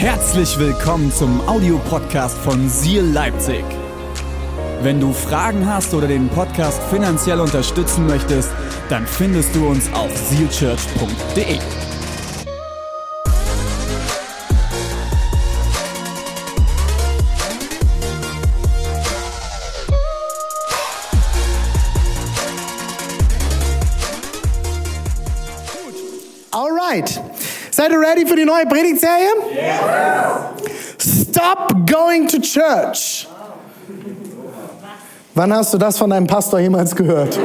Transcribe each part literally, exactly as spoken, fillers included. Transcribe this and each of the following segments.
Herzlich willkommen zum Audiopodcast von Seal Leipzig. Wenn du Fragen hast oder den Podcast finanziell unterstützen möchtest, dann findest du uns auf seal church punkt de. Alright. Seid ihr ready für die neue Predigtserie? Yes. Stop going to church. Wann hast du das von deinem Pastor jemals gehört?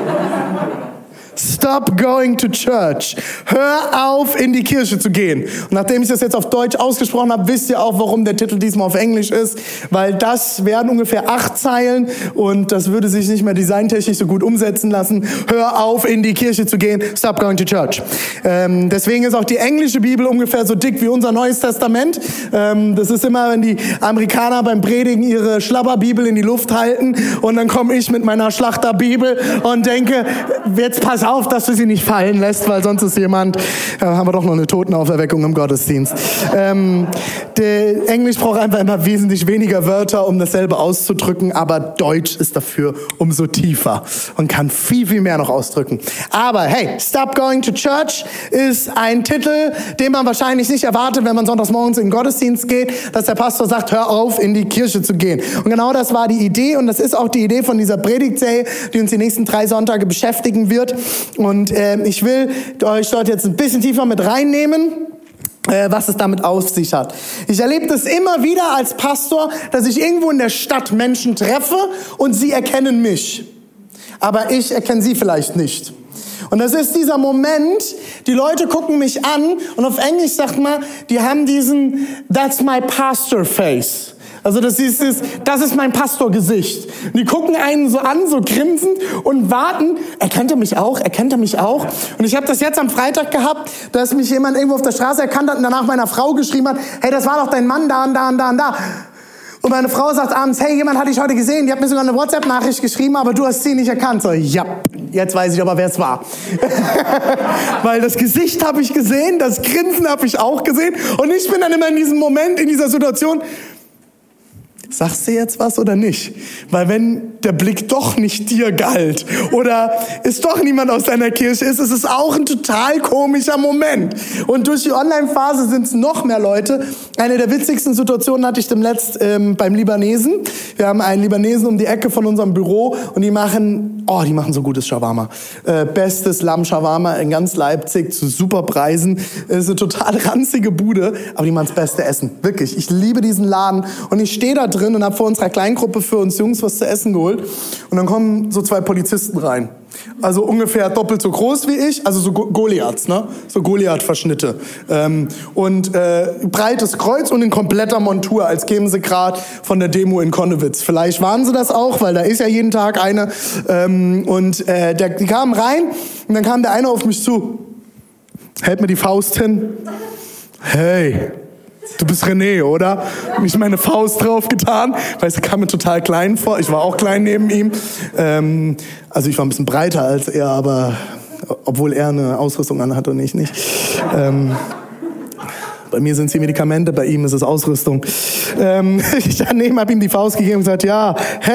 Stop going to church. Hör auf, in die Kirche zu gehen. Und nachdem ich das jetzt auf Deutsch ausgesprochen habe, wisst ihr auch, warum der Titel diesmal auf Englisch ist. Weil das wären ungefähr acht Zeilen und das würde sich nicht mehr designtechnisch so gut umsetzen lassen. Hör auf, in die Kirche zu gehen. Stop going to church. Ähm, deswegen ist auch die englische Bibel ungefähr so dick wie unser Neues Testament. Ähm, das ist immer, wenn die Amerikaner beim Predigen ihre Schlabberbibel in die Luft halten und dann komme ich mit meiner Schlachterbibel und denke, jetzt pass auf, dass du sie nicht fallen lässt, weil sonst ist jemand, ja, haben wir doch noch eine Totenauferweckung im Gottesdienst. Ähm, der Englisch braucht einfach immer wesentlich weniger Wörter, um dasselbe auszudrücken, aber Deutsch ist dafür umso tiefer und kann viel, viel mehr noch ausdrücken. Aber hey, Stop Going to Church ist ein Titel, den man wahrscheinlich nicht erwartet, wenn man sonntags morgens in den Gottesdienst geht, dass der Pastor sagt, hör auf, in die Kirche zu gehen. Und genau das war die Idee und das ist auch die Idee von dieser Predigtserie, die uns die nächsten drei Sonntage beschäftigen wird. Und äh, ich will euch dort jetzt ein bisschen tiefer mit reinnehmen, äh, was es damit auf sich hat. Ich erlebe das immer wieder als Pastor, dass ich irgendwo in der Stadt Menschen treffe und sie erkennen mich. Aber ich erkenne sie vielleicht nicht. Und das ist dieser Moment, die Leute gucken mich an und auf Englisch sagt man, die haben diesen That's my pastor face. Also das ist, das ist mein Pastorgesicht. Und die gucken einen so an, so grinsend und warten. Erkennt er mich auch? Erkennt er mich auch? Und ich habe das jetzt am Freitag gehabt, dass mich jemand irgendwo auf der Straße erkannt hat und danach meiner Frau geschrieben hat, hey, das war doch dein Mann da und da und da und da. Und meine Frau sagt abends, hey, jemand hat dich heute gesehen, die hat mir sogar eine WhatsApp-Nachricht geschrieben, aber du hast sie nicht erkannt. So, ja, jetzt weiß ich aber, wer es war. Weil das Gesicht habe ich gesehen, das Grinsen habe ich auch gesehen. Und ich bin dann immer in diesem Moment, in dieser Situation, sagst du jetzt was oder nicht? Weil wenn der Blick doch nicht dir galt oder es doch niemand aus deiner Kirche ist, ist es auch ein total komischer Moment. Und durch die Online-Phase sind es noch mehr Leute. Eine der witzigsten Situationen hatte ich demnächst ähm, beim Libanesen. Wir haben einen Libanesen um die Ecke von unserem Büro und die machen, oh, die machen so gutes Shawarma. Äh, bestes Lamm-Shawarma in ganz Leipzig zu super Preisen. Es ist eine total ranzige Bude, aber die machen das beste Essen. Wirklich, ich liebe diesen Laden und ich stehe da drin und habe vor unserer Kleingruppe für uns Jungs was zu essen geholt. Und dann kommen so zwei Polizisten rein. Also ungefähr doppelt so groß wie ich, also so Goliaths, ne? So Goliath-Verschnitte. Ähm, und äh, breites Kreuz und in kompletter Montur, als kämen sie gerade von der Demo in Konnewitz. Vielleicht waren sie das auch, weil da ist ja jeden Tag eine. Ähm, und äh, der, die kamen rein und dann kam der eine auf mich zu, hält mir die Faust hin. Hey, du bist René, oder? Hab ich meine Faust drauf getan, weil es kam mir total klein vor. Ich war auch klein neben ihm. Ähm, also ich war ein bisschen breiter als er, aber obwohl er eine Ausrüstung anhat und ich nicht. Ähm, bei mir sind es die Medikamente, bei ihm ist es Ausrüstung. Ähm, ich daneben habe ihm die Faust gegeben und gesagt, ja,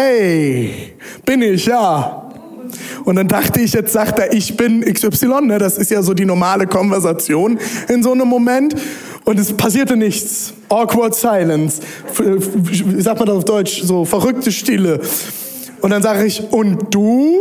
hey, bin ich, ja. Und dann dachte ich, jetzt sagt er, ich bin X Y, ne? Das ist ja so die normale Konversation in so einem Moment. Und es passierte nichts. Awkward silence. Wie sagt man das auf Deutsch? So verrückte Stille. Und dann sage ich, und du?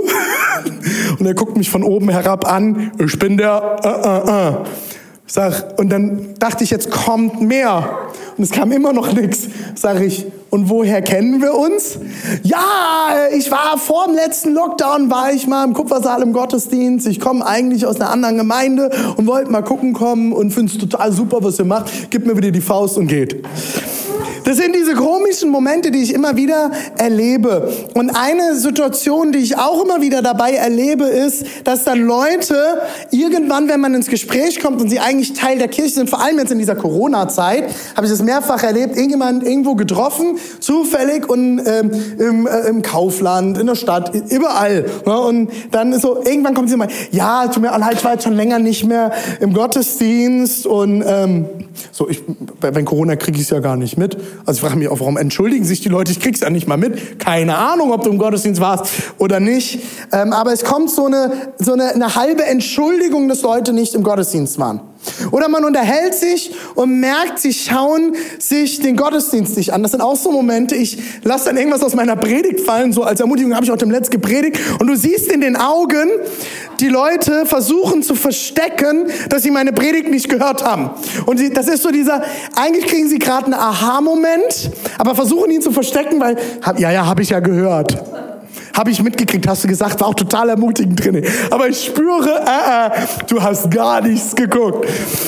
Und er guckt mich von oben herab an. Ich bin der, äh, äh, äh. Sag, und dann dachte ich, jetzt kommt mehr. Und es kam immer noch nichts. Sag ich, und woher kennen wir uns? Ja, ich war vor dem letzten Lockdown, war ich mal im Kupfersaal im Gottesdienst. Ich komme eigentlich aus einer anderen Gemeinde und wollte mal gucken kommen und finde es total super, was ihr macht. Gib mir wieder die Faust und geht. Das sind diese komischen Momente, die ich immer wieder erlebe. Und eine Situation, die ich auch immer wieder dabei erlebe, ist, dass dann Leute irgendwann, wenn man ins Gespräch kommt und sie eigentlich Teil der Kirche sind, vor allem jetzt in dieser Corona-Zeit, habe ich das mehrfach erlebt, irgendjemand irgendwo getroffen, zufällig und ähm, im, äh, im Kaufland, in der Stadt, überall. Ne? Und dann ist so, irgendwann kommt sie mal, ja, tut mir leid, ich war jetzt schon länger nicht mehr im Gottesdienst und ähm, so, ich, wenn Corona kriege ich es ja gar nicht mit. Also ich frage mich auch, warum entschuldigen sich die Leute? Ich krieg's ja nicht mal mit. Keine Ahnung, ob du im Gottesdienst warst oder nicht. Ähm, aber es kommt so eine so eine, eine halbe Entschuldigung, dass Leute nicht im Gottesdienst waren. Oder man unterhält sich und merkt, sie schauen sich den Gottesdienst nicht an. Das sind auch so Momente, ich lasse dann irgendwas aus meiner Predigt fallen, so als Ermutigung habe ich auch dem Letzt gepredigt. Und du siehst in den Augen, die Leute versuchen zu verstecken, dass sie meine Predigt nicht gehört haben. Und die, das ist so dieser, eigentlich kriegen sie gerade einen Aha-Moment, aber versuchen ihn zu verstecken, weil, hab, ja, ja, habe ich ja gehört. Habe ich mitgekriegt, hast du gesagt, war auch total ermutigend drin. Aber ich spüre, äh, äh, du hast gar nichts geguckt.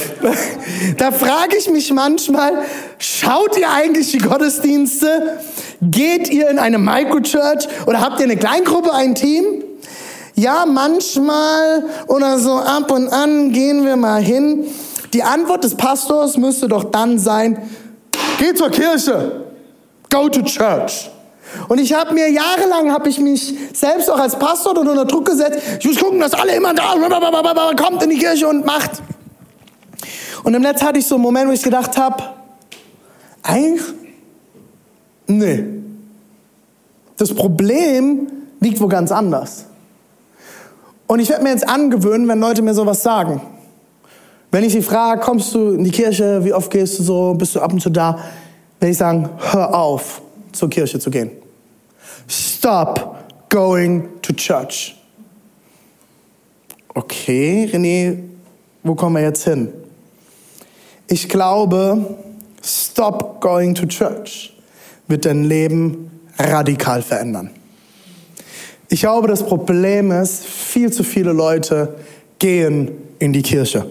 Da frage ich mich manchmal, schaut ihr eigentlich die Gottesdienste? Geht ihr in eine Microchurch oder habt ihr eine Kleingruppe, ein Team? Ja, manchmal oder so ab und an gehen wir mal hin. Die Antwort des Pastors müsste doch dann sein, geh zur Kirche, go to church. Und ich habe mir jahrelang, habe ich mich selbst auch als Pastor unter Druck gesetzt, ich muss gucken, dass alle immer da kommt in die Kirche und macht. Und im Netz hatte ich so einen Moment, wo ich gedacht habe, eigentlich, nee. Das Problem liegt wo ganz anders. Und ich werde mir jetzt angewöhnen, wenn Leute mir sowas sagen. Wenn ich sie frage, kommst du in die Kirche, wie oft gehst du so, bist du ab und zu da, werde ich sagen, hör auf, zur Kirche zu gehen. Stop going to church. Okay, René, wo kommen wir jetzt hin? Ich glaube, stop going to church wird dein Leben radikal verändern. Ich glaube, das Problem ist, viel zu viele Leute gehen in die Kirche.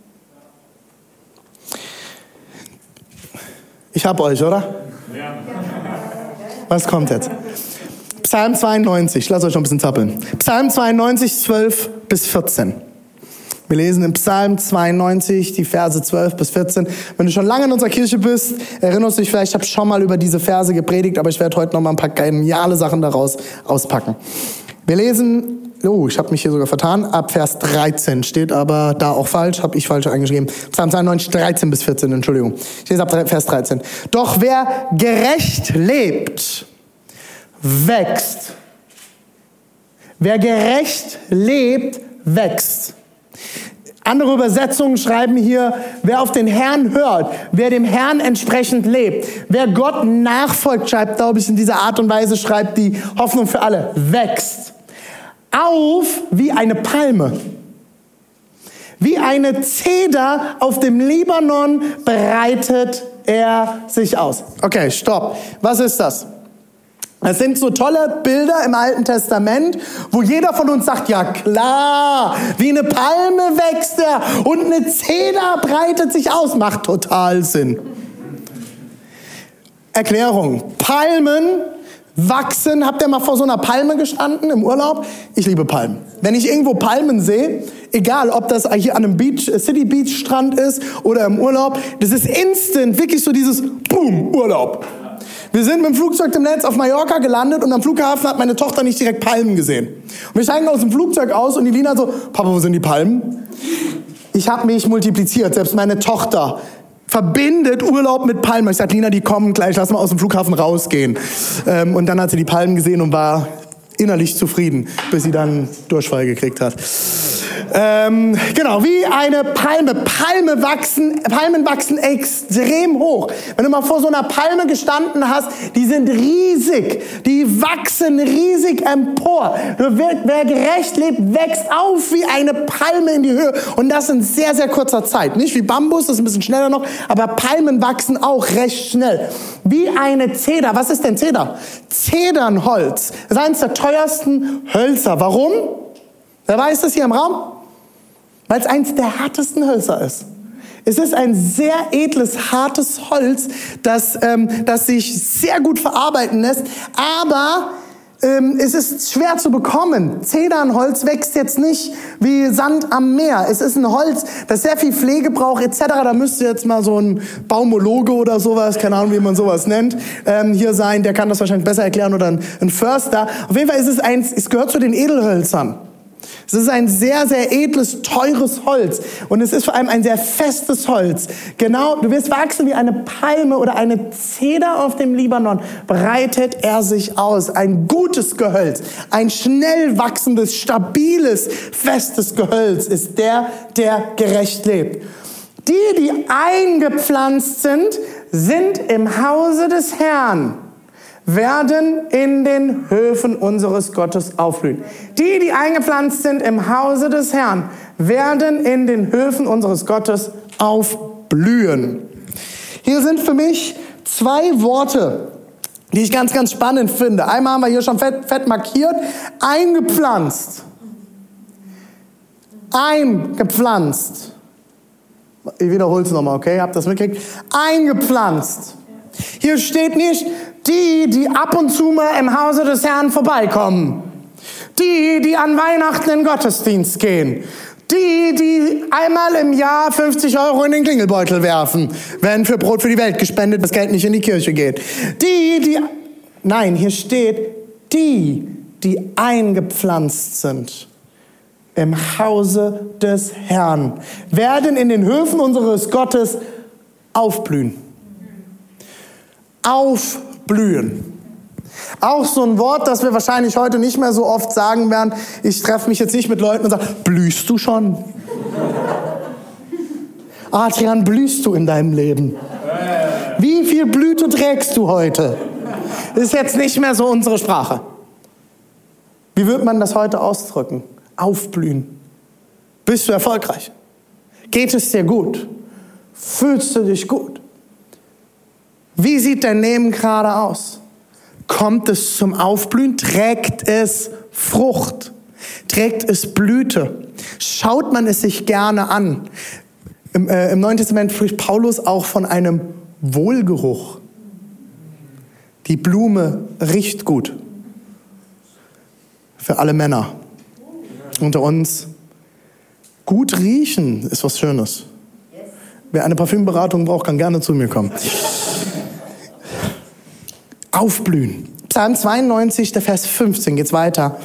Ich hab euch, oder? Ja. Was kommt jetzt? Psalm zweiundneunzig, ich lasse euch noch ein bisschen zappeln. Psalm zweiundneunzig, zwölf bis vierzehn. Wir lesen im Psalm zweiundneunzig die Verse zwölf bis vierzehn. Wenn du schon lange in unserer Kirche bist, erinnerst du dich vielleicht, ich habe schon mal über diese Verse gepredigt, aber ich werde heute noch mal ein paar geniale Sachen daraus auspacken. Wir lesen, oh, ich habe mich hier sogar vertan, ab Vers dreizehn steht aber da auch falsch, habe ich falsch eingeschrieben. Psalm zweiundneunzig, dreizehn bis vierzehn, Entschuldigung. Ich lese ab Vers dreizehn. Doch wer gerecht lebt, wächst. Wer gerecht lebt, wächst. Andere Übersetzungen schreiben hier, wer auf den Herrn hört, wer dem Herrn entsprechend lebt, wer Gott nachfolgt, schreibt, glaube ich, in dieser Art und Weise, schreibt die Hoffnung für alle, wächst. Auf wie eine Palme. Wie eine Zeder auf dem Libanon breitet er sich aus. Okay, stopp. Was ist das? Das sind so tolle Bilder im Alten Testament, wo jeder von uns sagt, ja klar, wie eine Palme wächst er und eine Zeder breitet sich aus. Macht total Sinn. Erklärung. Palmen wachsen. Habt ihr mal vor so einer Palme gestanden im Urlaub? Ich liebe Palmen. Wenn ich irgendwo Palmen sehe, egal ob das hier an einem Beach, City Beach Strand ist oder im Urlaub, das ist instant, wirklich so dieses Boom, Urlaub. Wir sind mit dem Flugzeug im Netz auf Mallorca gelandet und am Flughafen hat meine Tochter nicht direkt Palmen gesehen. Und wir steigen aus dem Flugzeug aus und die Lina so, Papa, wo sind die Palmen? Ich habe mich multipliziert, selbst meine Tochter verbindet Urlaub mit Palmen. Ich sage, Lina, die kommen gleich, lass mal aus dem Flughafen rausgehen. Ähm, und dann hat sie die Palmen gesehen und war innerlich zufrieden, bis sie dann Durchfall gekriegt hat. Ähm, genau, wie eine Palme. Palme wachsen, Palmen wachsen extrem hoch. Wenn du mal vor so einer Palme gestanden hast, die sind riesig. Die wachsen riesig empor. Wer, wer gerecht lebt, wächst auf wie eine Palme in die Höhe. Und das in sehr, sehr kurzer Zeit. Nicht wie Bambus, das ist ein bisschen schneller noch, aber Palmen wachsen auch recht schnell. Wie eine Zeder. Was ist denn Zeder? Zedernholz. Das ist eines der teuersten Hölzer. Warum? Wer weiß das hier im Raum? Weil es eins der härtesten Hölzer ist. Es ist ein sehr edles, hartes Holz, das, ähm, das sich sehr gut verarbeiten lässt, aber ähm, es ist schwer zu bekommen. Zedernholz wächst jetzt nicht wie Sand am Meer. Es ist ein Holz, das sehr viel Pflege braucht et cetera. Da müsste jetzt mal so ein Baumologe oder sowas, keine Ahnung, wie man sowas nennt, ähm, hier sein. Der kann das wahrscheinlich besser erklären, oder ein, ein Förster. Auf jeden Fall ist es eins, es gehört zu den Edelhölzern. Es ist ein sehr, sehr edles, teures Holz. Und es ist vor allem ein sehr festes Holz. Genau, du wirst wachsen wie eine Palme oder eine Zeder auf dem Libanon. Breitet er sich aus. Ein gutes Gehölz, ein schnell wachsendes, stabiles, festes Gehölz ist der, der gerecht lebt. Die, die eingepflanzt sind, sind im Hause des Herrn, werden in den Höfen unseres Gottes aufblühen. Die, die eingepflanzt sind im Hause des Herrn, werden in den Höfen unseres Gottes aufblühen. Hier sind für mich zwei Worte, die ich ganz, ganz spannend finde. Einmal haben wir hier schon fett, fett markiert, eingepflanzt. Eingepflanzt. Ich wiederhole es nochmal, okay? Habt ihr das mitgekriegt? Eingepflanzt. Hier steht nicht, die, die ab und zu mal im Hause des Herrn vorbeikommen. Die, die an Weihnachten in den Gottesdienst gehen. Die, die einmal im Jahr fünfzig Euro in den Klingelbeutel werfen, wenn für Brot für die Welt gespendet, das Geld nicht in die Kirche geht. Die, die... Nein, hier steht, die, die eingepflanzt sind im Hause des Herrn, werden in den Höfen unseres Gottes aufblühen. Aufblühen. Auch so ein Wort, das wir wahrscheinlich heute nicht mehr so oft sagen werden. Ich treffe mich jetzt nicht mit Leuten und sage, blühst du schon? Adrian, blühst du in deinem Leben? Wie viel Blüte trägst du heute? Das ist jetzt nicht mehr so unsere Sprache. Wie würde man das heute ausdrücken? Aufblühen. Bist du erfolgreich? Geht es dir gut? Fühlst du dich gut? Wie sieht dein Leben gerade aus? Kommt es zum Aufblühen? Trägt es Frucht? Trägt es Blüte? Schaut man es sich gerne an? Im, äh, im Neuen Testament spricht Paulus auch von einem Wohlgeruch. Die Blume riecht gut. Für alle Männer unter uns. Gut riechen ist was Schönes. Wer eine Parfümberatung braucht, kann gerne zu mir kommen. Aufblühen. Psalm zweiundneunzig, der Vers fünfzehn, geht's weiter.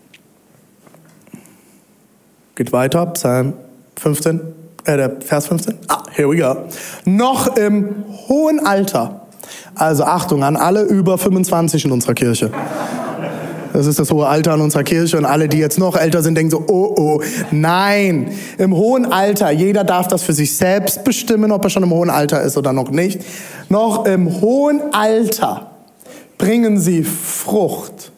Geht weiter, Psalm fünfzehn, äh, der Vers fünfzehn. Ah, here we go. Noch im hohen Alter. Also Achtung an alle über fünfundzwanzig in unserer Kirche. Das ist das hohe Alter in unserer Kirche und alle, die jetzt noch älter sind, denken so, oh, oh, nein. Im hohen Alter, jeder darf das für sich selbst bestimmen, ob er schon im hohen Alter ist oder noch nicht. Noch im hohen Alter bringen sie Frucht.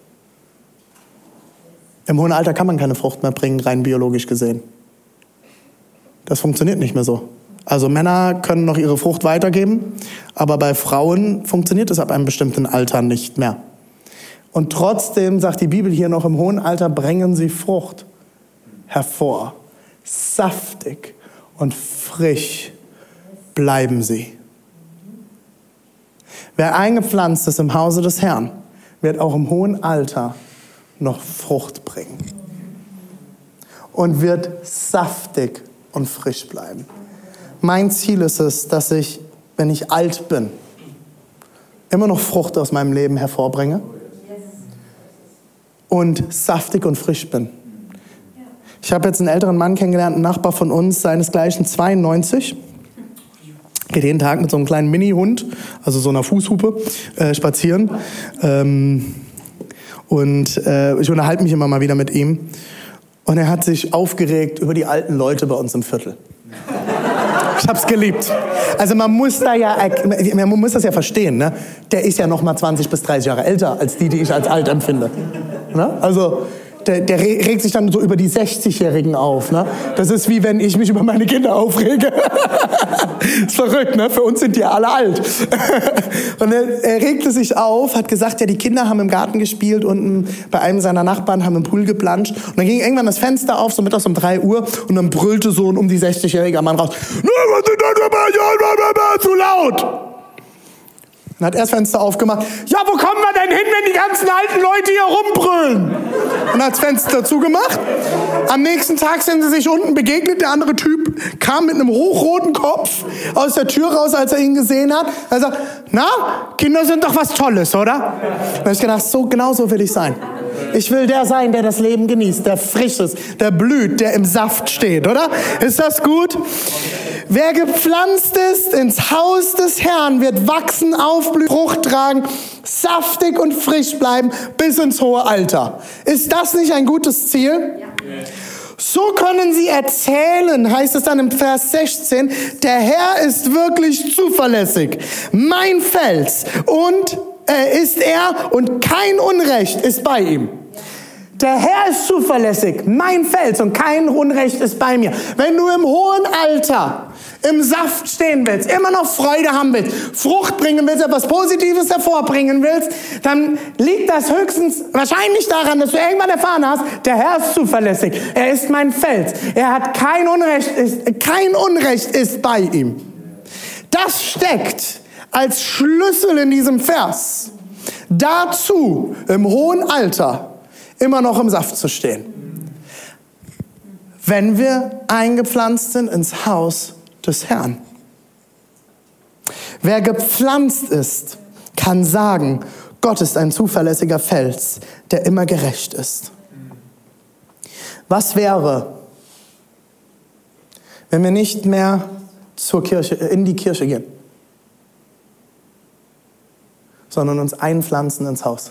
Im hohen Alter kann man keine Frucht mehr bringen, rein biologisch gesehen. Das funktioniert nicht mehr so. Also Männer können noch ihre Frucht weitergeben, aber bei Frauen funktioniert es ab einem bestimmten Alter nicht mehr. Und trotzdem sagt die Bibel hier noch, im hohen Alter bringen sie Frucht hervor. Saftig und frisch bleiben sie. Wer eingepflanzt ist im Hause des Herrn, wird auch im hohen Alter noch Frucht bringen. Und wird saftig und frisch bleiben. Mein Ziel ist es, dass ich, wenn ich alt bin, immer noch Frucht aus meinem Leben hervorbringe. Und saftig und frisch bin. Ich habe jetzt einen älteren Mann kennengelernt, einen Nachbar von uns, seinesgleichen zweiundneunzig. Geht jeden Tag mit so einem kleinen Mini-Hund, also so einer Fußhupe, äh, spazieren. Ähm, und äh, ich unterhalte mich immer mal wieder mit ihm. Und er hat sich aufgeregt über die alten Leute bei uns im Viertel. Ich hab's geliebt. Also man muss da ja, man muss das ja verstehen, ne? Der ist ja noch mal zwanzig bis dreißig Jahre älter als die, die ich als alt empfinde. Ne? Also der, der regt sich dann so über die sechzigjährigen auf. Ne? Das ist wie wenn ich mich über meine Kinder aufrege. Ist verrückt, ne? Für uns sind die alle alt. Und er, er regte sich auf, hat gesagt, ja, die Kinder haben im Garten gespielt und bei einem seiner Nachbarn haben im Pool geplanscht. Und dann ging irgendwann das Fenster auf, so mittags um drei Uhr, und dann brüllte so ein um die sechzigjähriger Mann raus, zu laut! Dann hat er das Fenster aufgemacht. Ja, wo kommen wir denn hin, wenn die ganzen alten Leute hier rumbrüllen? Und hat das Fenster zugemacht. Am nächsten Tag sind sie sich unten begegnet. Der andere Typ kam mit einem hochroten Kopf aus der Tür raus, als er ihn gesehen hat. Er sagt, na, Kinder sind doch was Tolles, oder? Dann habe ich gedacht, so, genau so will ich sein. Ich will der sein, der das Leben genießt, der frisch ist, der blüht, der im Saft steht, oder? Ist das gut? Wer gepflanzt ist ins Haus des Herrn, wird wachsen, aufblühen, Frucht tragen, saftig und frisch bleiben bis ins hohe Alter. Ist das nicht ein gutes Ziel? Ja. So können sie erzählen, heißt es dann im Vers sechzehn, der Herr ist wirklich zuverlässig, mein Fels und äh, ist er und kein Unrecht ist bei ihm. Der Herr ist zuverlässig, mein Fels und kein Unrecht ist bei mir. Wenn du im hohen Alter im Saft stehen willst, immer noch Freude haben willst, Frucht bringen willst, etwas Positives hervorbringen willst, dann liegt das höchstens wahrscheinlich daran, dass du irgendwann erfahren hast, der Herr ist zuverlässig, er ist mein Fels, er hat kein Unrecht, ist, kein Unrecht ist bei ihm. Das steckt als Schlüssel in diesem Vers dazu, im hohen Alter immer noch im Saft zu stehen. Wenn wir eingepflanzt sind ins Haus des Herrn. Wer gepflanzt ist, kann sagen, Gott ist ein zuverlässiger Fels, der immer gerecht ist. Was wäre, wenn wir nicht mehr zur Kirche, in die Kirche gehen, sondern uns einpflanzen ins Haus?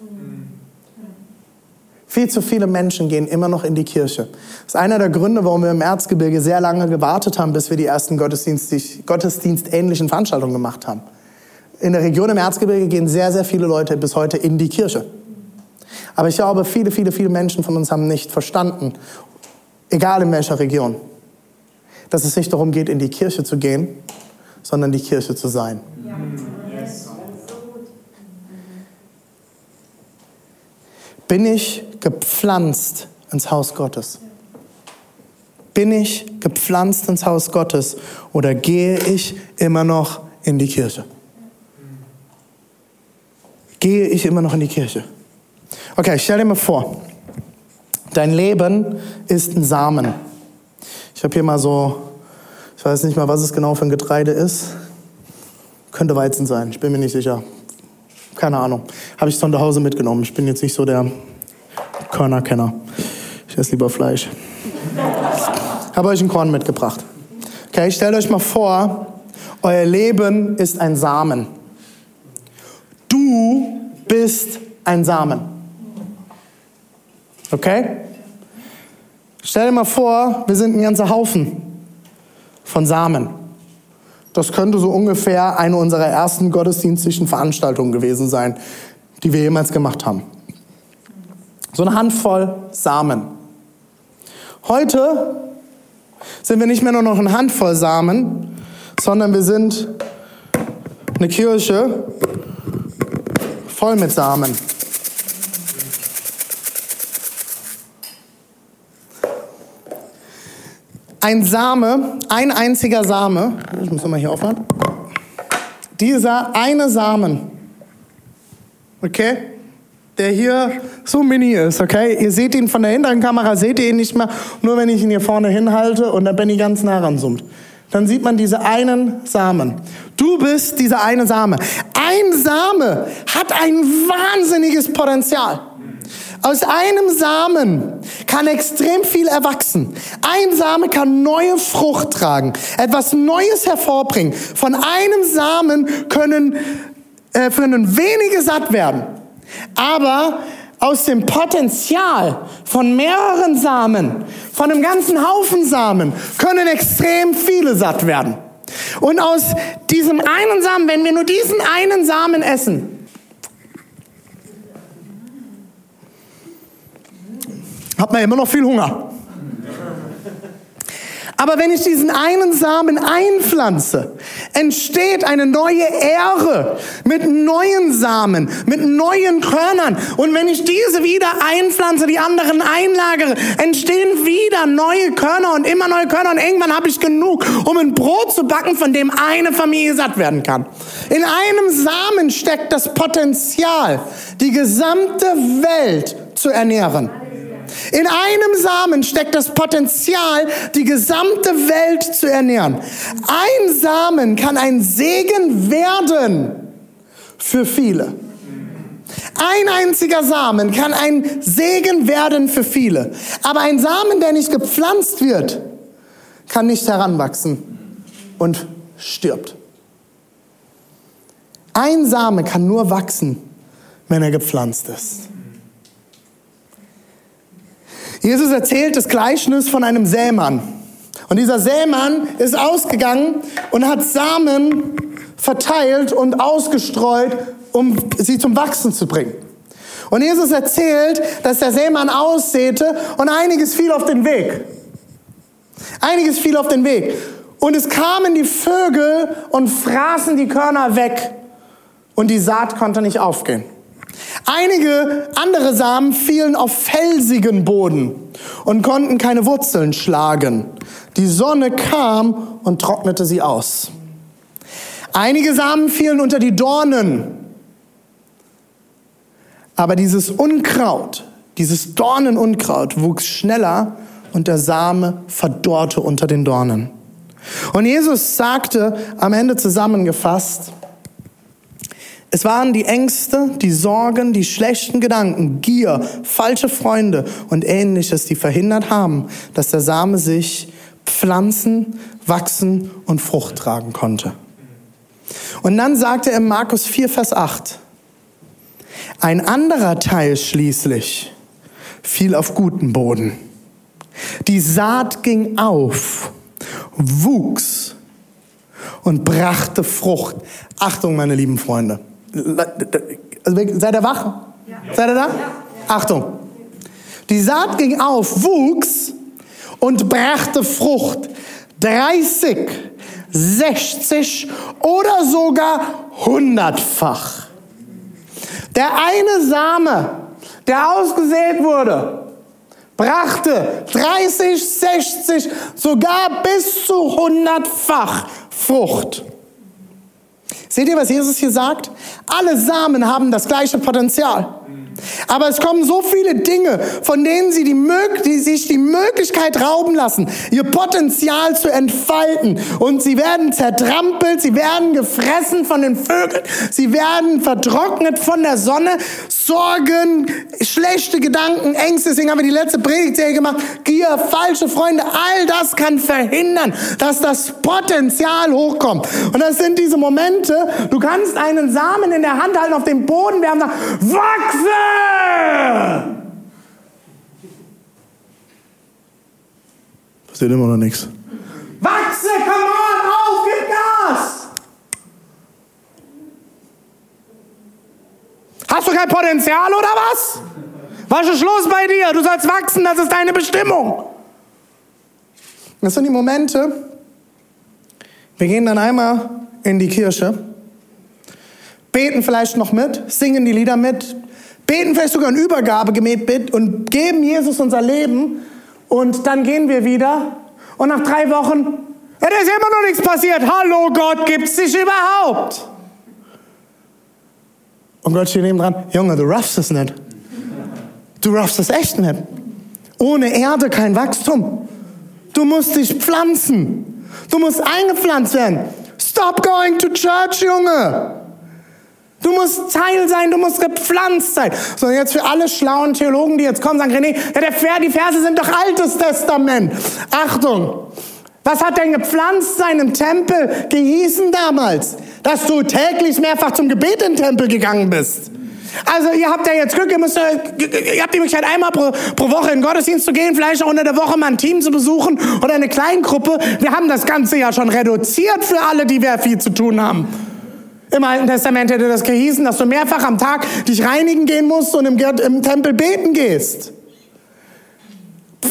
Viel zu viele Menschen gehen immer noch in die Kirche. Das ist einer der Gründe, warum wir im Erzgebirge sehr lange gewartet haben, bis wir die ersten Gottesdienst, gottesdienstähnlichen Veranstaltungen gemacht haben. In der Region im Erzgebirge gehen sehr, sehr viele Leute bis heute in die Kirche. Aber ich glaube, viele, viele, viele Menschen von uns haben nicht verstanden, egal in welcher Region, dass es nicht darum geht, in die Kirche zu gehen, sondern die Kirche zu sein. Ja. Bin ich gepflanzt ins Haus Gottes? Bin ich gepflanzt ins Haus Gottes oder gehe ich immer noch in die Kirche? Gehe ich immer noch in die Kirche? Okay, stell dir mal vor, dein Leben ist ein Samen. Ich habe hier mal so, ich weiß nicht mal, was es genau für ein Getreide ist. Könnte Weizen sein, ich bin mir nicht sicher. Keine Ahnung. Habe ich von zu Hause mitgenommen. Ich bin jetzt nicht so der Körnerkenner. Ich esse lieber Fleisch. Habe euch ein Korn mitgebracht. Okay, stellt euch mal vor, euer Leben ist ein Samen. Du bist ein Samen. Okay? Stell dir mal vor, wir sind ein ganzer Haufen von Samen. Das könnte so ungefähr eine unserer ersten gottesdienstlichen Veranstaltungen gewesen sein, die wir jemals gemacht haben. So eine Handvoll Samen. Heute sind wir nicht mehr nur noch eine Handvoll Samen, sondern wir sind eine Kirche voll mit Samen. Ein Same, ein einziger Same, ich muss nochmal hier aufhören, dieser eine Samen, okay, der hier so mini ist, okay, ihr seht ihn von der hinteren Kamera, seht ihr ihn nicht mehr, nur wenn ich ihn hier vorne hinhalte und der Benny ganz nah ranzoomt, dann sieht man diese einen Samen. Du bist dieser eine Same. Ein Same hat ein wahnsinniges Potenzial. Aus einem Samen kann extrem viel erwachsen. Ein Same kann neue Frucht tragen, etwas Neues hervorbringen. Von einem Samen können, äh, können wenige satt werden. Aber aus dem Potenzial von mehreren Samen, von einem ganzen Haufen Samen, können extrem viele satt werden. Und aus diesem einen Samen, wenn wir nur diesen einen Samen essen, hat man immer noch viel Hunger. Aber wenn ich diesen einen Samen einpflanze, entsteht eine neue Ähre mit neuen Samen, mit neuen Körnern. Und wenn ich diese wieder einpflanze, die anderen einlagere, entstehen wieder neue Körner und immer neue Körner. Und irgendwann habe ich genug, um ein Brot zu backen, von dem eine Familie satt werden kann. In einem Samen steckt das Potenzial, die gesamte Welt zu ernähren. In einem Samen steckt das Potenzial, die gesamte Welt zu ernähren. Ein Samen kann ein Segen werden für viele. Ein einziger Samen kann ein Segen werden für viele. Aber ein Samen, der nicht gepflanzt wird, kann nicht heranwachsen und stirbt. Ein Same kann nur wachsen, wenn er gepflanzt ist. Jesus erzählt das Gleichnis von einem Sämann. Und dieser Sämann ist ausgegangen und hat Samen verteilt und ausgestreut, um sie zum Wachsen zu bringen. Und Jesus erzählt, dass der Sämann aussäte und einiges fiel auf den Weg. Einiges fiel auf den Weg. Und es kamen die Vögel und fraßen die Körner weg. Und die Saat konnte nicht aufgehen. Einige andere Samen fielen auf felsigen Boden und konnten keine Wurzeln schlagen. Die Sonne kam und trocknete sie aus. Einige Samen fielen unter die Dornen. Aber dieses Unkraut, dieses Dornenunkraut wuchs schneller und der Same verdorrte unter den Dornen. Und Jesus sagte am Ende zusammengefasst, es waren die Ängste, die Sorgen, die schlechten Gedanken, Gier, falsche Freunde und Ähnliches, die verhindert haben, dass der Same sich pflanzen, wachsen und Frucht tragen konnte. Und dann sagte er in Markus vier, Vers acht, ein anderer Teil schließlich fiel auf guten Boden. Die Saat ging auf, wuchs und brachte Frucht. Achtung, meine lieben Freunde. Also, seid ihr wach? Ja. Seid ihr da? Ja. Achtung. Die Saat ging auf, wuchs und brachte Frucht. dreißig, sechzig oder sogar hundertfach. Der eine Same, der ausgesät wurde, brachte dreißig, sechzig, sogar bis zu hundertfach Frucht. Seht ihr, was Jesus hier sagt? Alle Samen haben das gleiche Potenzial. Aber es kommen so viele Dinge, von denen sie die, die sich die Möglichkeit rauben lassen, ihr Potenzial zu entfalten. Und sie werden zertrampelt, sie werden gefressen von den Vögeln, sie werden vertrocknet von der Sonne. Sorgen, schlechte Gedanken, Ängste, deswegen haben wir die letzte Predigtserie gemacht. Gier, falsche Freunde, all das kann verhindern, dass das Potenzial hochkommt. Und das sind diese Momente, du kannst einen Samen in der Hand halten, auf dem Boden werfen und sagen, wachse! Passiert immer noch nichts. Wachse, come on, auf, gib Gas! Hast du kein Potenzial oder was? Was ist Schluss bei dir? Du sollst wachsen, das ist deine Bestimmung. Das sind die Momente, wir gehen dann einmal in die Kirche, beten vielleicht noch mit, singen die Lieder mit, beten vielleicht sogar ein Übergabegebet mit und geben Jesus unser Leben und dann gehen wir wieder und nach drei Wochen, ja, da ist immer noch nichts passiert. Hallo Gott, gibt's dich überhaupt? Und Gott steht neben dran, Junge, du raffst es nicht. Du raffst es echt nicht. Ohne Erde kein Wachstum. Du musst dich pflanzen. Du musst eingepflanzt werden. Stop going to church, Junge. Du musst Teil sein, du musst gepflanzt sein. So, jetzt für alle schlauen Theologen, die jetzt kommen, sagen, René, ja, der Vers, die Verse sind doch Altes Testament. Achtung, was hat denn gepflanzt sein im Tempel gehießen damals? Dass du täglich mehrfach zum Gebet in den Tempel gegangen bist. Also ihr habt ja jetzt Glück, ihr, müsst, ihr habt die Möglichkeit, einmal pro, pro Woche in den Gottesdienst zu gehen, vielleicht auch unter der Woche mal ein Team zu besuchen oder eine Kleingruppe. Wir haben das Ganze ja schon reduziert für alle, die wir viel zu tun haben. Im Alten Testament hätte das gehießen, dass du mehrfach am Tag dich reinigen gehen musst und im, im Tempel beten gehst.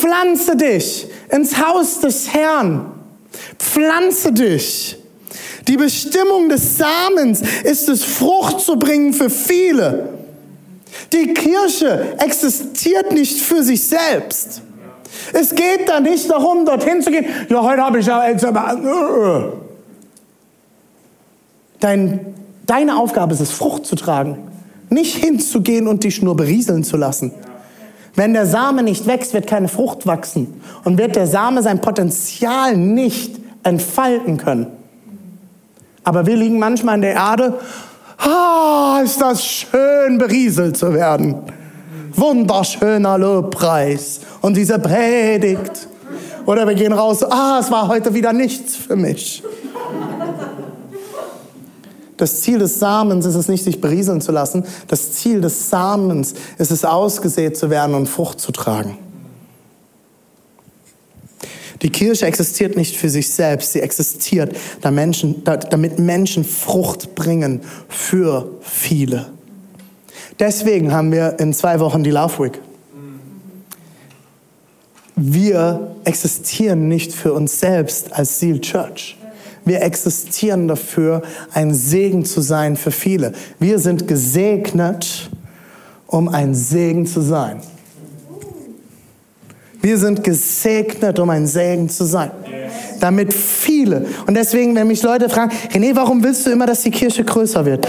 pflanze dich ins Haus des Herrn. Pflanze dich. Die Bestimmung des Samens ist es, Frucht zu bringen für viele. Die Kirche existiert nicht für sich selbst. Es geht da nicht darum, dorthin zu gehen. Ja, heute habe ich ja jetzt aber. Dein, deine Aufgabe ist es, Frucht zu tragen. Nicht hinzugehen und dich nur berieseln zu lassen. Wenn der Same nicht wächst, wird keine Frucht wachsen. Und wird der Same sein Potenzial nicht entfalten können. Aber wir liegen manchmal in der Erde. Ah, ist das schön, berieselt zu werden. Wunderschöner Lobpreis. Und diese Predigt. Oder wir gehen raus. Ah, es war heute wieder nichts für mich. Das Ziel des Samens ist es nicht, sich berieseln zu lassen. Das Ziel des Samens ist es, ausgesät zu werden und Frucht zu tragen. Die Kirche existiert nicht für sich selbst. Sie existiert, damit Menschen Frucht bringen für viele. Deswegen haben wir in zwei Wochen die Love Week. Wir existieren nicht für uns selbst als Seal Church. Wir existieren dafür, ein Segen zu sein für viele. Wir sind gesegnet, um ein Segen zu sein. Wir sind gesegnet, um ein Segen zu sein. Damit viele. Und deswegen, wenn mich Leute fragen, René, warum willst du immer, dass die Kirche größer wird?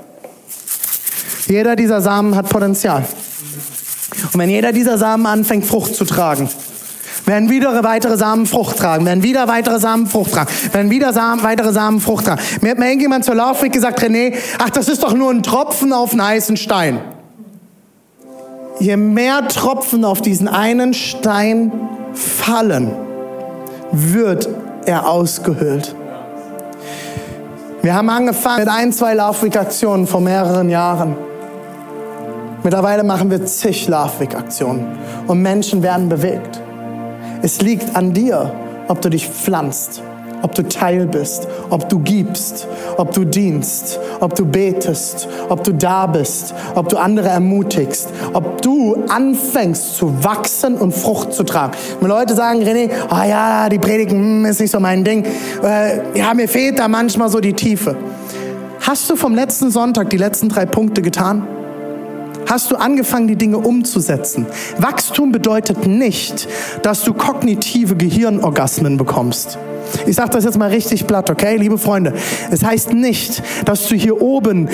Jeder dieser Samen hat Potenzial. Und wenn jeder dieser Samen anfängt, Frucht zu tragen, werden wieder weitere Samen Frucht tragen, werden wieder weitere Samen Frucht tragen, werden wieder Samen, weitere Samen Frucht tragen. Mir hat mal irgendjemand zur Love Week gesagt, René, ach, das ist doch nur ein Tropfen auf einen heißen Stein. Je mehr Tropfen auf diesen einen Stein fallen, wird er ausgehöhlt. Wir haben angefangen mit ein, zwei Love Week Aktionen vor mehreren Jahren. Mittlerweile machen wir zig Love Week Aktionen und Menschen werden bewegt. Es liegt an dir, ob du dich pflanzt, ob du Teil bist, ob du gibst, ob du dienst, ob du betest, ob du da bist, ob du andere ermutigst, ob du anfängst zu wachsen und Frucht zu tragen. Wenn Leute sagen, René, oh ja, die Predigen hm, ist nicht so mein Ding, äh, ja, mir fehlt da manchmal so die Tiefe. Hast du vom letzten Sonntag die letzten drei Punkte getan? Hast du angefangen, die Dinge umzusetzen? Wachstum bedeutet nicht, dass du kognitive Gehirnorgasmen bekommst. Ich sage das jetzt mal richtig platt, okay, liebe Freunde? Es heißt nicht, dass du hier oben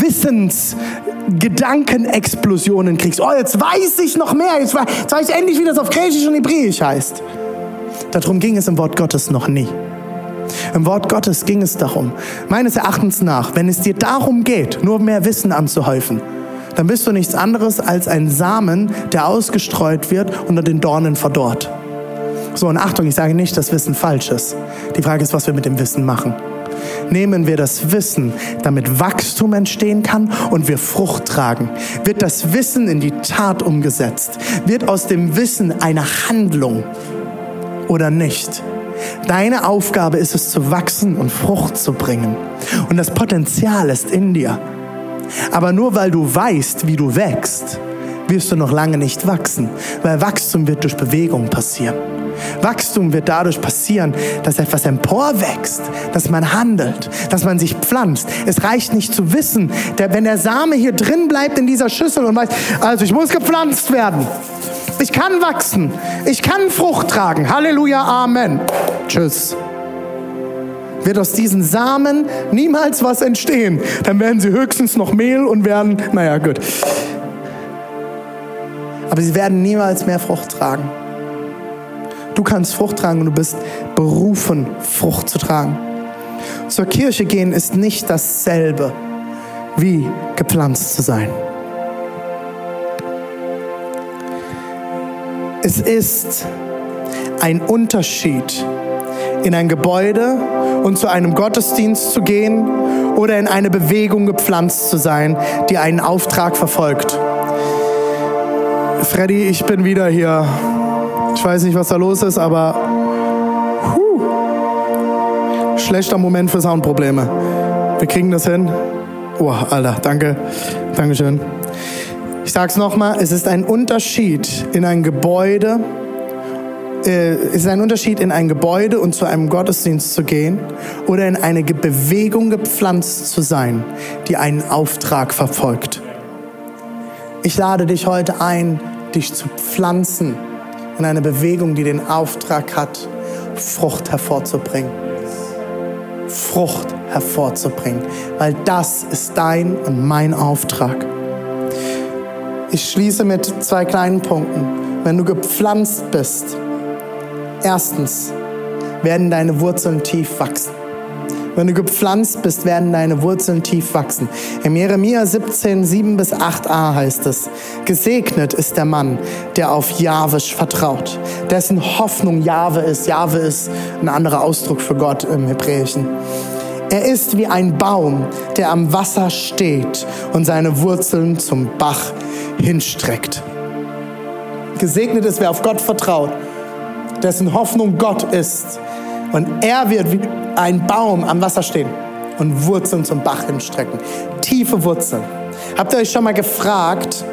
Wissensgedankenexplosionen kriegst. Oh, jetzt weiß ich noch mehr. Jetzt weiß, jetzt weiß ich endlich, wie das auf Griechisch und Hebräisch heißt. Darum ging es im Wort Gottes noch nie. Im Wort Gottes ging es darum, meines Erachtens nach, wenn es dir darum geht, nur mehr Wissen anzuhäufen, dann bist du nichts anderes als ein Samen, der ausgestreut wird und unter den Dornen verdorrt. So, und Achtung, ich sage nicht, dass Wissen falsch ist. Die Frage ist, was wir mit dem Wissen machen. Nehmen wir das Wissen, damit Wachstum entstehen kann und wir Frucht tragen? Wird das Wissen in die Tat umgesetzt? Wird aus dem Wissen eine Handlung oder nicht? Deine Aufgabe ist es, zu wachsen und Frucht zu bringen. Und das Potenzial ist in dir. Aber nur weil du weißt, wie du wächst, wirst du noch lange nicht wachsen. Weil Wachstum wird durch Bewegung passieren. Wachstum wird dadurch passieren, dass etwas emporwächst, dass man handelt, dass man sich pflanzt. Es reicht nicht zu wissen, der, wenn der Same hier drin bleibt in dieser Schüssel und weiß, also ich muss gepflanzt werden. Ich kann wachsen. Ich kann Frucht tragen. Halleluja, Amen. Tschüss. Wird aus diesen Samen niemals was entstehen. Dann werden sie höchstens noch Mehl und werden, naja, gut. Aber sie werden niemals mehr Frucht tragen. Du kannst Frucht tragen und du bist berufen, Frucht zu tragen. Zur Kirche gehen ist nicht dasselbe, wie gepflanzt zu sein. Es ist ein Unterschied, in ein Gebäude und zu einem Gottesdienst zu gehen oder in eine Bewegung gepflanzt zu sein, die einen Auftrag verfolgt. Freddy, ich bin wieder hier. Ich weiß nicht, was da los ist, aber huh, schlechter Moment für Soundprobleme. Wir kriegen das hin. Oh, Alter, danke. Dankeschön. Ich sag's nochmal, es ist ein Unterschied, in ein Gebäude äh, ist ein Unterschied, in ein Gebäude und zu einem Gottesdienst zu gehen oder in eine Bewegung gepflanzt zu sein, die einen Auftrag verfolgt. Ich lade dich heute ein, dich zu pflanzen in eine Bewegung, die den Auftrag hat, Frucht hervorzubringen. Frucht hervorzubringen, weil das ist dein und mein Auftrag. Ich schließe mit zwei kleinen Punkten. Wenn du gepflanzt bist, erstens werden deine Wurzeln tief wachsen. Wenn du gepflanzt bist, werden deine Wurzeln tief wachsen. Im Jeremia siebzehn, sieben bis acht a heißt es: Gesegnet ist der Mann, der auf Jahwe vertraut, dessen Hoffnung Jahwe ist. Jahwe ist ein anderer Ausdruck für Gott im Hebräischen. Er ist wie ein Baum, der am Wasser steht und seine Wurzeln zum Bach hinstreckt. Gesegnet ist, wer auf Gott vertraut, dessen Hoffnung Gott ist. Und er wird wie ein Baum am Wasser stehen und Wurzeln zum Bach hinstrecken. Tiefe Wurzeln. Habt ihr euch schon mal gefragt,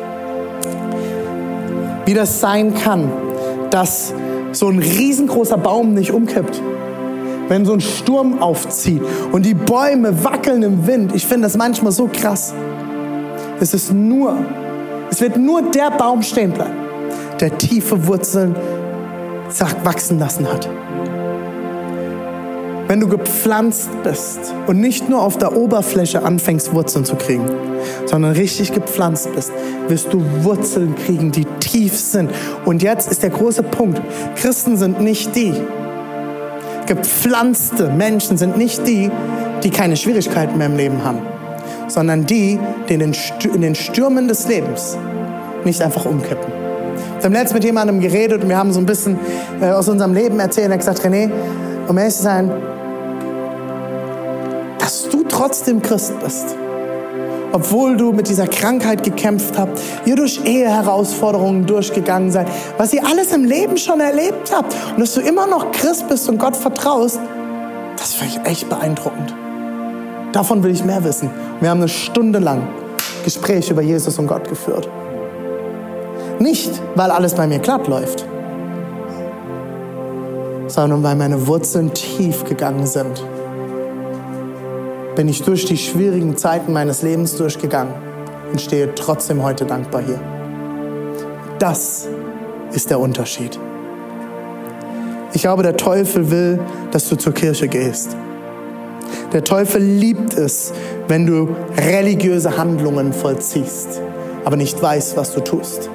wie das sein kann, dass so ein riesengroßer Baum nicht umkippt? Wenn so ein Sturm aufzieht und die Bäume wackeln im Wind. Ich finde das manchmal so krass. Es ist nur, es wird nur der Baum stehen bleiben, der tiefe Wurzeln wachsen lassen hat. Wenn du gepflanzt bist und nicht nur auf der Oberfläche anfängst, Wurzeln zu kriegen, sondern richtig gepflanzt bist, wirst du Wurzeln kriegen, die tief sind. Und jetzt ist der große Punkt. Christen sind nicht die, gepflanzte Menschen sind nicht die, die keine Schwierigkeiten mehr im Leben haben, sondern die, die in den, Stür- in den Stürmen des Lebens nicht einfach umkippen. Wir haben letztens mit jemandem geredet und wir haben so ein bisschen äh, aus unserem Leben erzählt. Er hat gesagt: René, um ehrlich zu sein, dass du trotzdem Christ bist, obwohl du mit dieser Krankheit gekämpft habt, ihr durch Eheherausforderungen durchgegangen seid, was ihr alles im Leben schon erlebt habt und dass du immer noch Christ bist und Gott vertraust, das finde ich echt beeindruckend. Davon will ich mehr wissen. Wir haben eine Stunde lang Gespräch über Jesus und Gott geführt. Nicht, weil alles bei mir glatt läuft, sondern weil meine Wurzeln tief gegangen sind. Bin ich durch die schwierigen Zeiten meines Lebens durchgegangen und stehe trotzdem heute dankbar hier. Das ist der Unterschied. Ich glaube, der Teufel will, dass du zur Kirche gehst. Der Teufel liebt es, wenn du religiöse Handlungen vollziehst, aber nicht weißt, was du tust.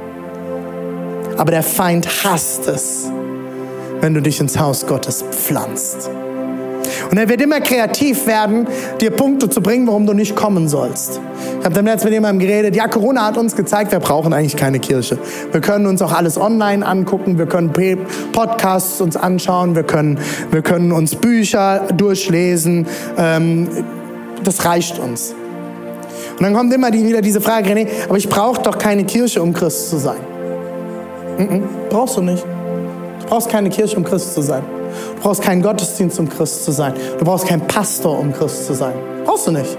Aber der Feind hasst es, wenn du dich ins Haus Gottes pflanzt. Und er wird immer kreativ werden, dir Punkte zu bringen, warum du nicht kommen sollst. Ich habe dann letztens mit jemandem geredet, ja, Corona hat uns gezeigt, wir brauchen eigentlich keine Kirche. Wir können uns auch alles online angucken, wir können Podcasts uns anschauen, wir können, wir können uns Bücher durchlesen, ähm, das reicht uns. Und dann kommt immer die, wieder diese Frage, René, aber ich brauche doch keine Kirche, um Christ zu sein. Mm-mm, brauchst du nicht. Du brauchst keine Kirche, um Christ zu sein. Du brauchst keinen Gottesdienst, um Christ zu sein. Du brauchst keinen Pastor, um Christ zu sein. Brauchst du nicht.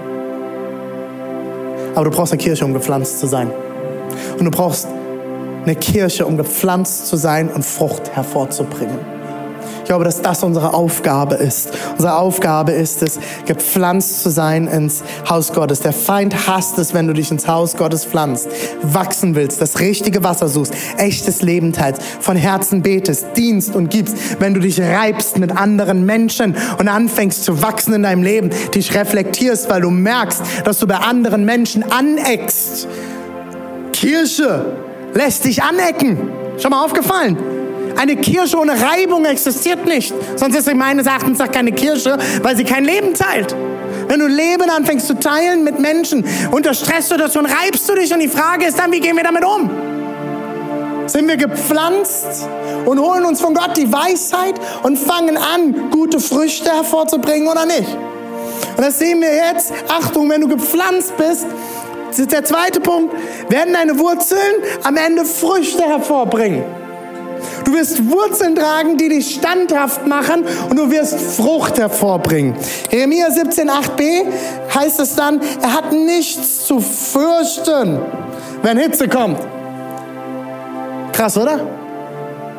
Aber du brauchst eine Kirche, um gepflanzt zu sein. Und du brauchst eine Kirche, um gepflanzt zu sein und Frucht hervorzubringen. Ich glaube, dass das unsere Aufgabe ist. Unsere Aufgabe ist es, gepflanzt zu sein ins Haus Gottes. Der Feind hasst es, wenn du dich ins Haus Gottes pflanzt, wachsen willst, das richtige Wasser suchst, echtes Leben teilst, von Herzen betest, dienst und gibst. Wenn du dich reibst mit anderen Menschen und anfängst zu wachsen in deinem Leben, dich reflektierst, weil du merkst, dass du bei anderen Menschen aneckst. Kirche lässt dich anecken. Schon mal aufgefallen? Eine Kirche ohne Reibung existiert nicht. Sonst ist sie meines Erachtens auch keine Kirche, weil sie kein Leben teilt. Wenn du Leben anfängst zu teilen mit Menschen, unter Stresssituationen reibst du dich und die Frage ist dann, wie gehen wir damit um? Sind wir gepflanzt und holen uns von Gott die Weisheit und fangen an, gute Früchte hervorzubringen oder nicht? Und das sehen wir jetzt. Achtung, wenn du gepflanzt bist, das ist der zweite Punkt, werden deine Wurzeln am Ende Früchte hervorbringen. Du wirst Wurzeln tragen, die dich standhaft machen und du wirst Frucht hervorbringen. Jeremia siebzehn, acht b heißt es dann, er hat nichts zu fürchten, wenn Hitze kommt. Krass, oder?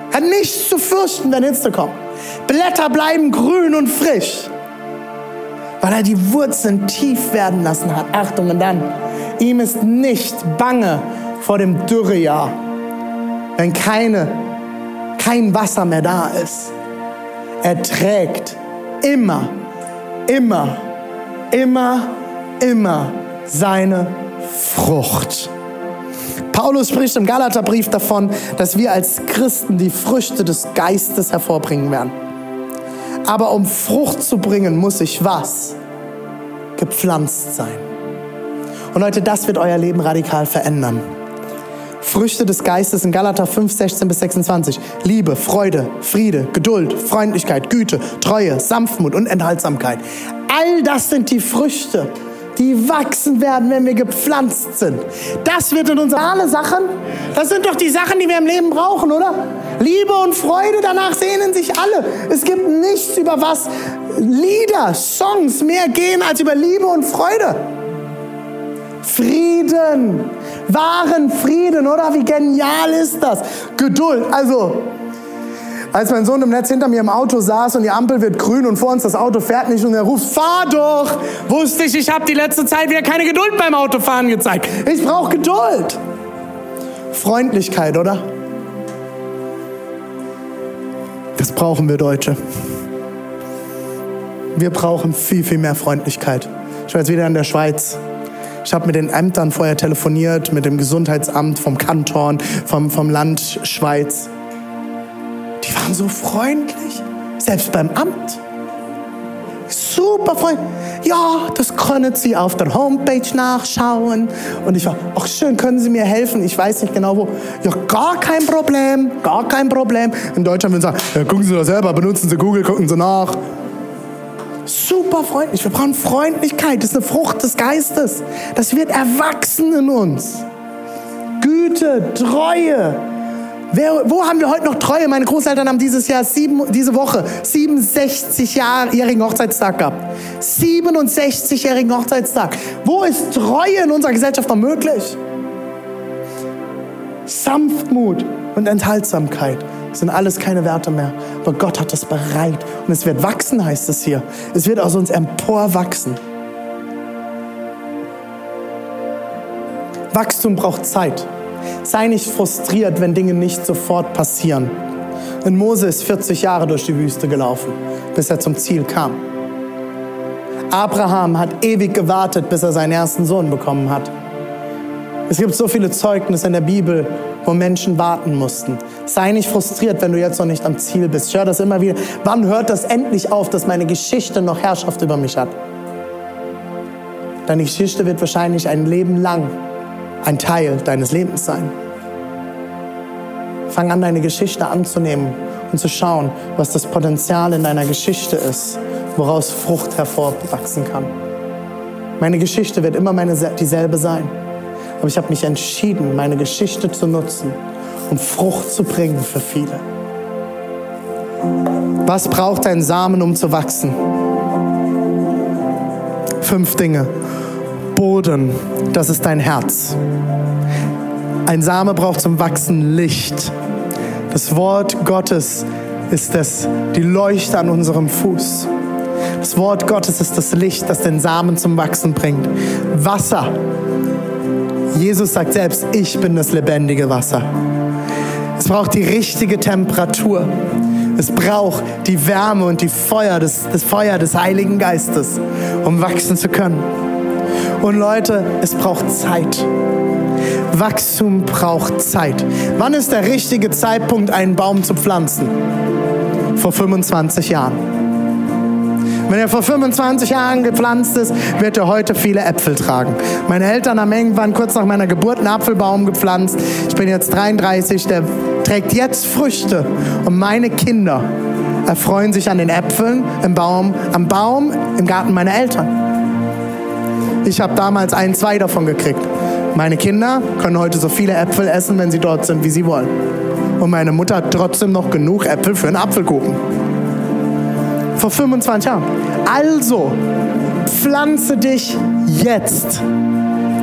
Er hat nichts zu fürchten, wenn Hitze kommt. Blätter bleiben grün und frisch, weil er die Wurzeln tief werden lassen hat. Achtung, und dann, ihm ist nicht bange vor dem Dürrejahr, wenn keine, kein Wasser mehr da ist. Er trägt immer, immer, immer, immer seine Frucht. Paulus spricht im Galaterbrief davon, dass wir als Christen die Früchte des Geistes hervorbringen werden. Aber um Frucht zu bringen, muss ich was? Gepflanzt sein. Und Leute, das wird euer Leben radikal verändern. Früchte des Geistes in Galater fünf, sechzehn bis sechsundzwanzig. Liebe, Freude, Friede, Geduld, Freundlichkeit, Güte, Treue, Sanftmut und Enthaltsamkeit. All das sind die Früchte, die wachsen werden, wenn wir gepflanzt sind. Das wird in unsere alle Sachen. Das sind doch die Sachen, die wir im Leben brauchen, oder? Liebe und Freude, danach sehnen sich alle. Es gibt nichts, über was Lieder, Songs mehr gehen als über Liebe und Freude. Frieden, wahren Frieden, oder? Wie genial ist das? Geduld, also... Als mein Sohn im Netz hinter mir im Auto saß und die Ampel wird grün und vor uns das Auto fährt nicht und er ruft, fahr doch, wusste ich, ich habe die letzte Zeit wieder keine Geduld beim Autofahren gezeigt. Ich brauche Geduld. Freundlichkeit, oder? Das brauchen wir Deutsche. Wir brauchen viel, viel mehr Freundlichkeit. Ich war jetzt wieder in der Schweiz. Ich habe mit den Ämtern vorher telefoniert, mit dem Gesundheitsamt vom Kanton, vom, vom Land Schweiz. Die waren so freundlich, selbst beim Amt. Super freundlich. Ja, das können Sie auf der Homepage nachschauen. Und ich war, ach schön, können Sie mir helfen? Ich weiß nicht genau wo. Ja, gar kein Problem, gar kein Problem. In Deutschland würden sie sagen, ja, gucken Sie doch selber, benutzen Sie Google, gucken Sie nach. Super freundlich. Wir brauchen Freundlichkeit. Das ist eine Frucht des Geistes. Das wird erwachsen in uns. Güte, Treue. Wer, wo haben wir heute noch Treue? Meine Großeltern haben dieses Jahr, sieben, diese Woche, siebenundsechzigjährigen Hochzeitstag gehabt. siebenundsechzigjährigen Hochzeitstag. Wo ist Treue in unserer Gesellschaft noch möglich? Sanftmut und Enthaltsamkeit sind alles keine Werte mehr. Aber Gott hat das bereit. Und es wird wachsen, heißt es hier. Es wird aus uns emporwachsen. Wachstum braucht Zeit. Sei nicht frustriert, wenn Dinge nicht sofort passieren. Und Mose ist vierzig Jahre durch die Wüste gelaufen, bis er zum Ziel kam. Abraham hat ewig gewartet, bis er seinen ersten Sohn bekommen hat. Es gibt so viele Zeugnisse in der Bibel, wo Menschen warten mussten. Sei nicht frustriert, wenn du jetzt noch nicht am Ziel bist. Ich höre das immer wieder. Wann hört das endlich auf, dass meine Geschichte noch Herrschaft über mich hat? Deine Geschichte wird wahrscheinlich ein Leben lang ein Teil deines Lebens sein. Fang an, deine Geschichte anzunehmen und zu schauen, was das Potenzial in deiner Geschichte ist, woraus Frucht hervorwachsen kann. Meine Geschichte wird immer meine, dieselbe sein. Aber ich habe mich entschieden, meine Geschichte zu nutzen, um Frucht zu bringen für viele. Was braucht ein Samen, um zu wachsen? Fünf Dinge. Boden, das ist dein Herz. Ein Same braucht zum Wachsen Licht. Das Wort Gottes ist das, die Leuchte an unserem Fuß. Das Wort Gottes ist das Licht, das den Samen zum Wachsen bringt. Wasser. Jesus sagt selbst, ich bin das lebendige Wasser. Es braucht die richtige Temperatur. Es braucht die Wärme und die Feuer des, das Feuer des Heiligen Geistes, um wachsen zu können. Und Leute, es braucht Zeit. Wachstum braucht Zeit. Wann ist der richtige Zeitpunkt, einen Baum zu pflanzen? Vor fünfundzwanzig Jahren. Wenn er vor fünfundzwanzig Jahren gepflanzt ist, wird er heute viele Äpfel tragen. Meine Eltern haben irgendwann kurz nach meiner Geburt einen Apfelbaum gepflanzt. Ich bin jetzt dreiunddreißig, der trägt jetzt Früchte. Und meine Kinder erfreuen sich an den Äpfeln im Baum, am Baum im Garten meiner Eltern. Ich habe damals ein, zwei davon gekriegt. Meine Kinder können heute so viele Äpfel essen, wenn sie dort sind, wie sie wollen. Und meine Mutter hat trotzdem noch genug Äpfel für einen Apfelkuchen. Vor fünfundzwanzig Jahren. Also, pflanze dich jetzt.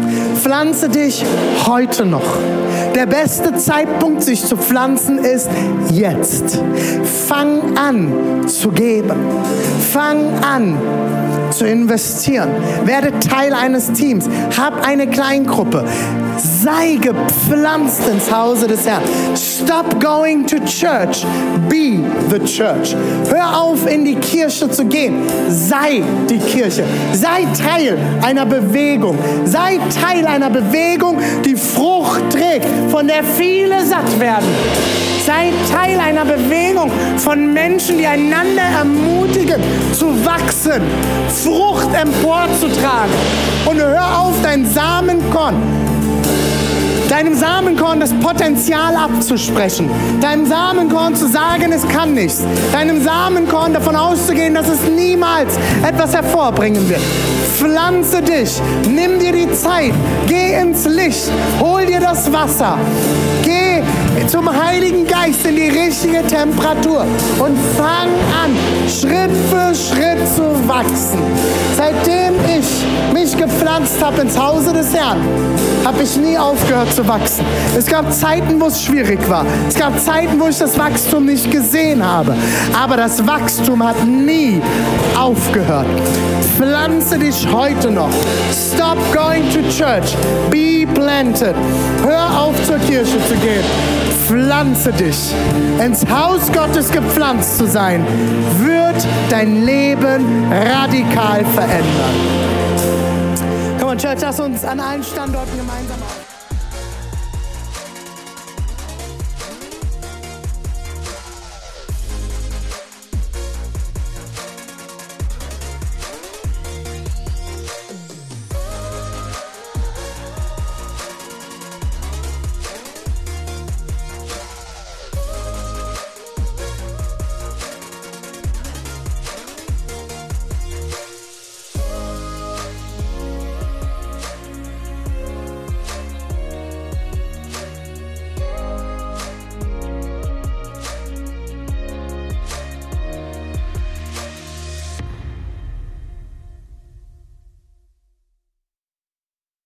Pflanze dich heute noch. Der beste Zeitpunkt, sich zu pflanzen, ist jetzt. Fang an zu geben. Fang an zu investieren. Werde Teil eines Teams. Hab eine Kleingruppe. Sei gepflanzt ins Hause des Herrn. Stop going to church. Be the church. Hör auf, in die Kirche zu gehen. Sei die Kirche. Sei Teil einer Bewegung. Sei Teil einer Bewegung, die Frucht trägt, von der viele satt werden. Sei Teil einer Bewegung von Menschen, die einander ermutigen, zu wachsen, Frucht emporzutragen. Und hör auf, dein Samenkorn, deinem Samenkorn das Potenzial abzusprechen, deinem Samenkorn zu sagen, es kann nichts, deinem Samenkorn davon auszugehen, dass es niemals etwas hervorbringen wird. Pflanze dich, nimm dir die Zeit, geh ins Licht, hol dir das Wasser, geh zum Heiligen Geist in die richtige Temperatur und fang an, Schritt für Schritt zu wachsen. Seitdem ich mich gepflanzt habe ins Hause des Herrn, habe ich nie aufgehört zu wachsen. Es gab Zeiten, wo es schwierig war. Es gab Zeiten, wo ich das Wachstum nicht gesehen habe. Aber das Wachstum hat nie aufgehört. Pflanze dich heute noch. Stop going to church. Be planted. Hör auf, zur Kirche zu gehen. Pflanze dich. Ins Haus Gottes gepflanzt zu sein, wird dein Leben radikal verändern. Come on, Church, lass uns an allen Standorten gemeinsam auf.